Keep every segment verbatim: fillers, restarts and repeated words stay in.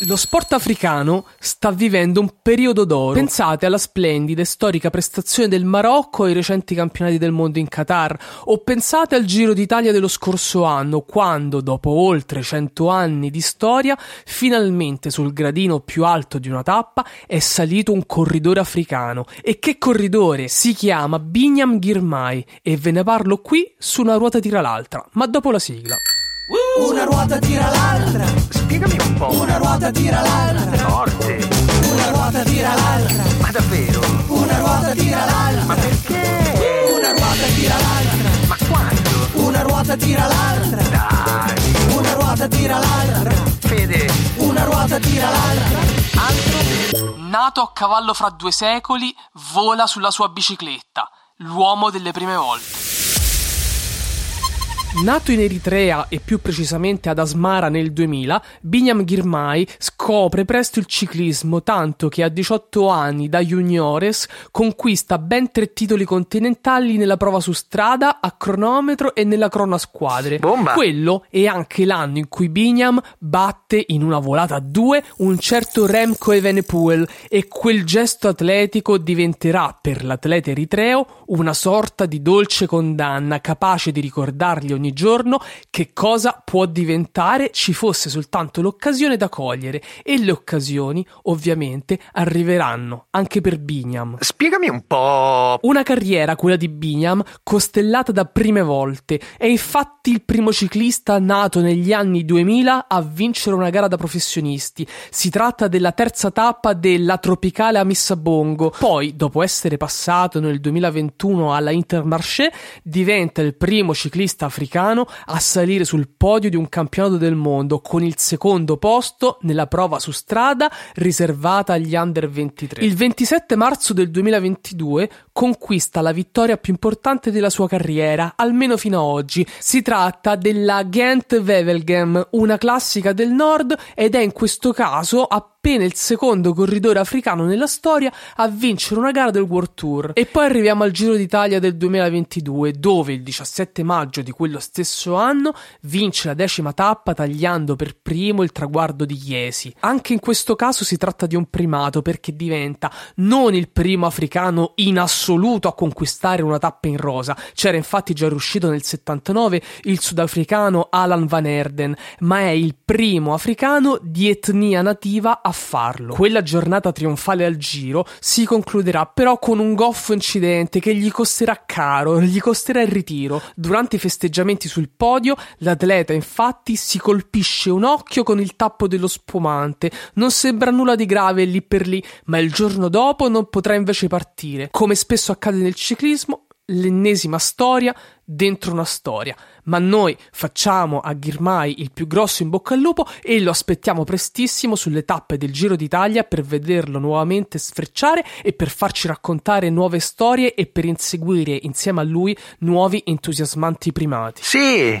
Lo sport africano sta vivendo un periodo d'oro. Pensate alla splendida e storica prestazione del Marocco ai recenti campionati del mondo in Qatar, o pensate al Giro d'Italia dello scorso anno, quando, dopo oltre cento anni di storia, finalmente sul gradino più alto di una tappa è salito un corridore africano. E che corridore? Si chiama Binyam Girmay e ve ne parlo qui su Una ruota tira l'altra, ma dopo la sigla. Una ruota tira l'altra. Spiegami un po'. Una ruota tira l'altra. Forte. Una ruota tira l'altra. Ma davvero? Una ruota tira l'altra. Ma perché? Una ruota tira l'altra. Ma quando? Una ruota tira l'altra. Dai. Una ruota tira l'altra. Fede. Una ruota tira l'altra. Altro? Nato a cavallo fra due secoli, vola sulla sua bicicletta. L'uomo delle prime volte. Nato in Eritrea e più precisamente ad Asmara nel duemila, Binyam Girmay scopre presto il ciclismo, tanto che a diciotto anni da juniores conquista ben tre titoli continentali nella prova su strada, a cronometro e nella crono a squadre. Bomba! Quello è anche l'anno in cui Binyam batte in una volata a due un certo Remco Evenepoel, e quel gesto atletico diventerà per l'atleta eritreo una sorta di dolce condanna, capace di ricordargli ogni giorno che cosa può diventare ci fosse soltanto l'occasione da cogliere, e le occasioni ovviamente arriveranno anche per Binyam. Spiegami un po'. Una carriera, quella di Binyam, costellata da prime volte. È infatti il primo ciclista nato negli anni duemila a vincere una gara da professionisti. Si tratta della terza tappa della Tropicale Amissabongo. Poi, dopo essere passato nel duemilaventuno alla Intermarché, diventa il primo ciclista africano a salire sul podio di un campionato del mondo, con il secondo posto nella prova su strada riservata agli under ventitré. Il ventisette marzo del duemilaventidue conquista la vittoria più importante della sua carriera, almeno fino ad oggi. Si tratta della Gent-Wevelgem, una classica del nord, ed è in questo caso appena il secondo corridore africano nella storia a vincere una gara del World Tour. E poi arriviamo al Giro d'Italia del duemilaventidue, dove il diciassette maggio di quello stesso anno vince la decima tappa, tagliando per primo il traguardo di Jesi. Anche in questo caso si tratta di un primato, perché diventa non il primo africano in assoluto a conquistare una tappa in rosa. C'era infatti già riuscito nel settantanove il sudafricano Alan Van Erden, ma è il primo africano di etnia nativa a farlo. Quella giornata trionfale al Giro si concluderà però con un goffo incidente che gli costerà caro, gli costerà il ritiro. Durante i festeggiamenti sul podio, l'atleta infatti si colpisce un occhio con il tappo dello spumante. Non sembra nulla di grave lì per lì, ma il giorno dopo non potrà invece partire. Come spesso accade nel ciclismo, l'ennesima storia dentro una storia. Ma noi facciamo a Girmay il più grosso in bocca al lupo e lo aspettiamo prestissimo sulle tappe del Giro d'Italia per vederlo nuovamente sfrecciare e per farci raccontare nuove storie e per inseguire insieme a lui nuovi entusiasmanti primati. Sì!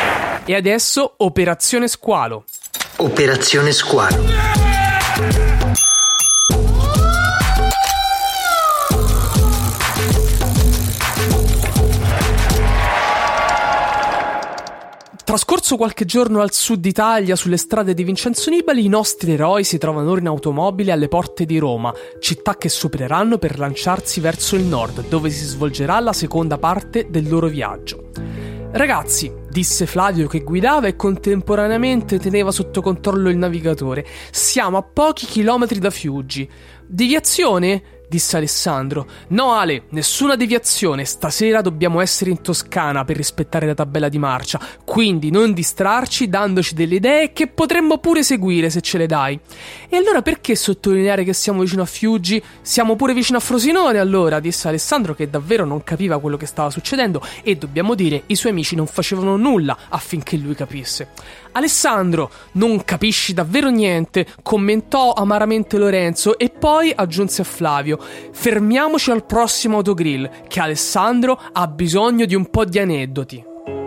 E adesso Operazione Squalo. Operazione Squalo. Trascorso qualche giorno al sud Italia, sulle strade di Vincenzo Nibali, i nostri eroi si trovano ora in automobile alle porte di Roma, città che supereranno per lanciarsi verso il nord, dove si svolgerà la seconda parte del loro viaggio. Ragazzi, disse Flavio che guidava e contemporaneamente teneva sotto controllo il navigatore, siamo a pochi chilometri da Fiuggi. Deviazione? Disse Alessandro. No Ale, nessuna deviazione, stasera dobbiamo essere in Toscana per rispettare la tabella di marcia, quindi non distrarci dandoci delle idee che potremmo pure seguire se ce le dai. E allora perché sottolineare che siamo vicino a Fiuggi? Siamo pure vicino a Frosinone allora, disse Alessandro, che davvero non capiva quello che stava succedendo, e dobbiamo dire i suoi amici non facevano nulla affinché lui capisse. Alessandro, non capisci davvero niente, commentò amaramente Lorenzo, e poi aggiunse a Flavio: fermiamoci al prossimo autogrill, che Alessandro ha bisogno di un po' di aneddoti.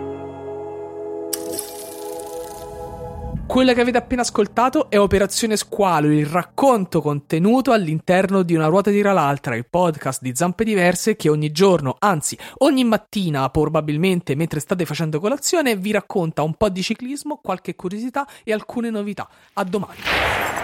Quella che avete appena ascoltato è Operazione Squalo, il racconto contenuto all'interno di Una ruota tira l'altra, il podcast di Zampe Diverse che ogni giorno, anzi ogni mattina, probabilmente mentre state facendo colazione, vi racconta un po' di ciclismo, qualche curiosità e alcune novità. A domani.